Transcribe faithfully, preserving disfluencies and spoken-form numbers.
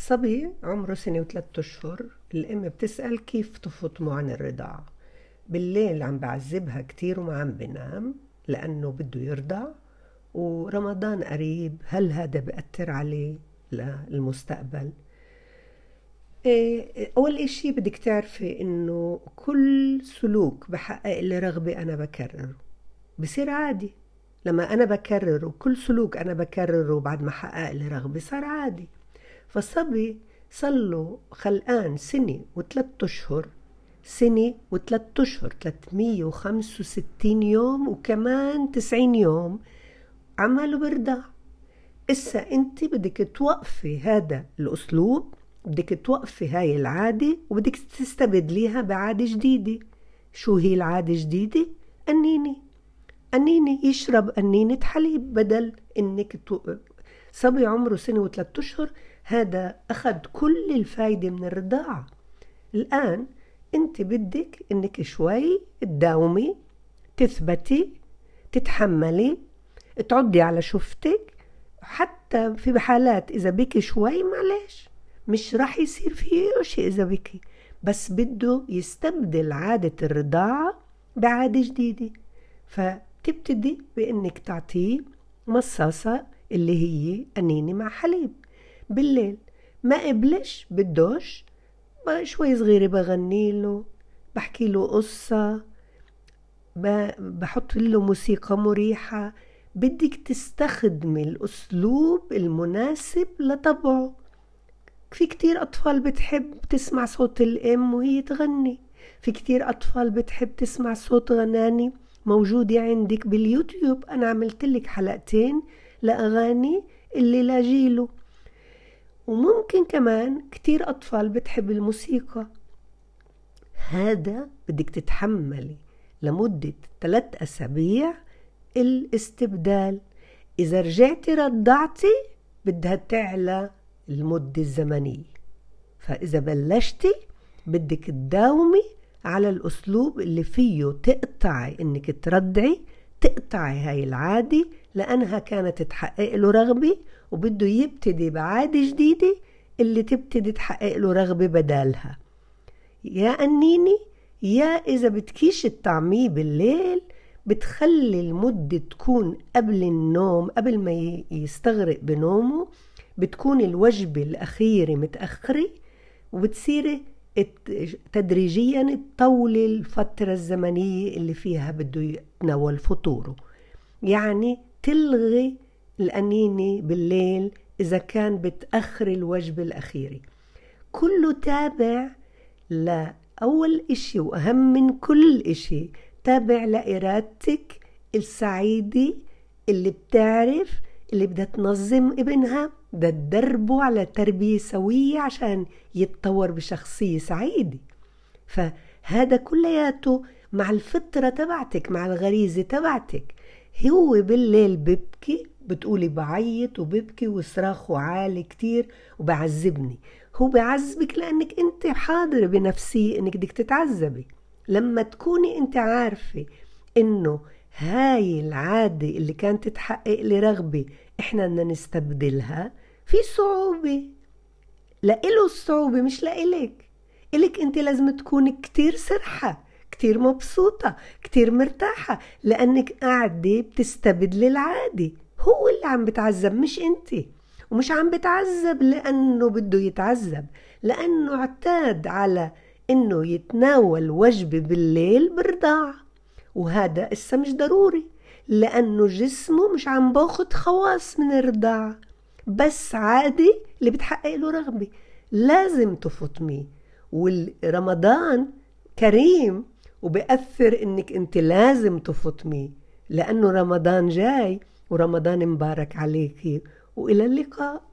صبي عمره سنة وثلاثة أشهر، الأم بتسأل كيف تفطمه عن الرضاعة. بالليل عم بعذبها كتير وما عم بنام لأنه بده يرضع، ورمضان قريب، هل هذا بأثر عليه للمستقبل؟ إيه، أول إشي بدك تعرفي إنه كل سلوك بحقق لي رغبة أنا بكرره بصير عادي. لما أنا بكرره كل سلوك أنا بكرره بعد ما حقق لي رغبة صار عادي. فالصبي صله خلقان سنة وثلاث أشهر، سنة وثلاث أشهر، ثلاثمية وخمسة وستين يوم وكمان تسعين يوم عماله برضع. إسا أنت بدك توقفي هذا الأسلوب، بدك توقفي هاي العادة وبدك تستبدليها بعادة جديدة. شو هي العادة الجديدة؟ أنيني أنيني يشرب أنينة حليب بدل إنك تو... صبي عمره سنة وثلاث أشهر هذا أخذ كل الفايدة من الرضاعة. الآن أنت بدك إنك شوي تداومي، تثبتي، تتحملي، تعضي على شفتك. حتى في حالات إذا بكي شوي معلش مش رح يصير فيه شيء إذا بكي، بس بده يستبدل عادة الرضاعة بعادة جديدة. فتبتدي بإنك تعطيه مصاصة اللي هي أنينة مع حليب بالليل. ما قبلش بدوش شوي صغيرة بغني له، بحكي له قصة، بحط له موسيقى مريحة. بدك تستخدمي الأسلوب المناسب لطبعه. في كتير أطفال بتحب تسمع صوت الأم وهي تغني، في كتير أطفال بتحب تسمع صوت غناني موجودة عندك باليوتيوب. أنا عملت لك حلقتين لأغاني اللي لاجيله. وممكن كمان كتير أطفال بتحب الموسيقى. هذا بدك تتحملي لمدة ثلاث أسابيع الاستبدال. إذا رجعتي رضعتي بدها تعلى المدة الزمنية. فإذا بلشتي بدك تداومي على الأسلوب اللي فيه تقطعي إنك ترضعي، تقطعي هاي العادة لأنها كانت تحقق له رغبة، وبده يبتدي بعادة جديدة اللي تبتدي تحقق له رغبة بدالها. يا أنيني، يا إذا بتكيش الطعمية بالليل بتخلي المدة تكون قبل النوم، قبل ما يستغرق بنومه بتكون الوجبة الأخيرة متأخرة، وبتصيري تدريجيا تطولي الفترة الزمنية اللي فيها بده يتناول فطوره. يعني تلغي الأنينة بالليل إذا كان بتأخر الوجبة الأخيرة. كله تابع لأول إشي وأهم من كل إشي، تابع لإرادتك السعيدة اللي بتعرف اللي بدها تنظم ابنها، بدها تدربه على تربية سوية عشان يتطور بشخصية سعيدة. فهذا كلياته مع الفطرة تبعتك، مع الغريزة تبعتك. هو بالليل ببكي، بتقولي بعيط وببكي وصراخه عالي كتير وبعذبني. هو بعذبك لأنك انت حاضرة بنفسية انك بدك تتعذبي. لما تكوني انت عارفة انه هاي العادة اللي كانت تحقق لي رغبة احنا بدنا نستبدلها، في صعوبة. لإله الصعوبة مش لإلك. إلك انت لازم تكوني كتير سرحة، كتير مبسوطة، كتير مرتاحة، لأنك قاعدة بتستبدلي العادة. هو اللي عم بتعذب مش انت. ومش عم بتعذب لأنه بده يتعذب، لأنه اعتاد على انه يتناول وجبة بالليل برضاعة. وهذا اسا مش ضروري لأنه جسمه مش عم باخد خواص من الرضاعة، بس عادي اللي بتحقق له رغبة. لازم تفطمي. والرمضان كريم وبأثر انك انت لازم تفطمي لأنه رمضان جاي، ورمضان مبارك عليكي. وإلى اللقاء.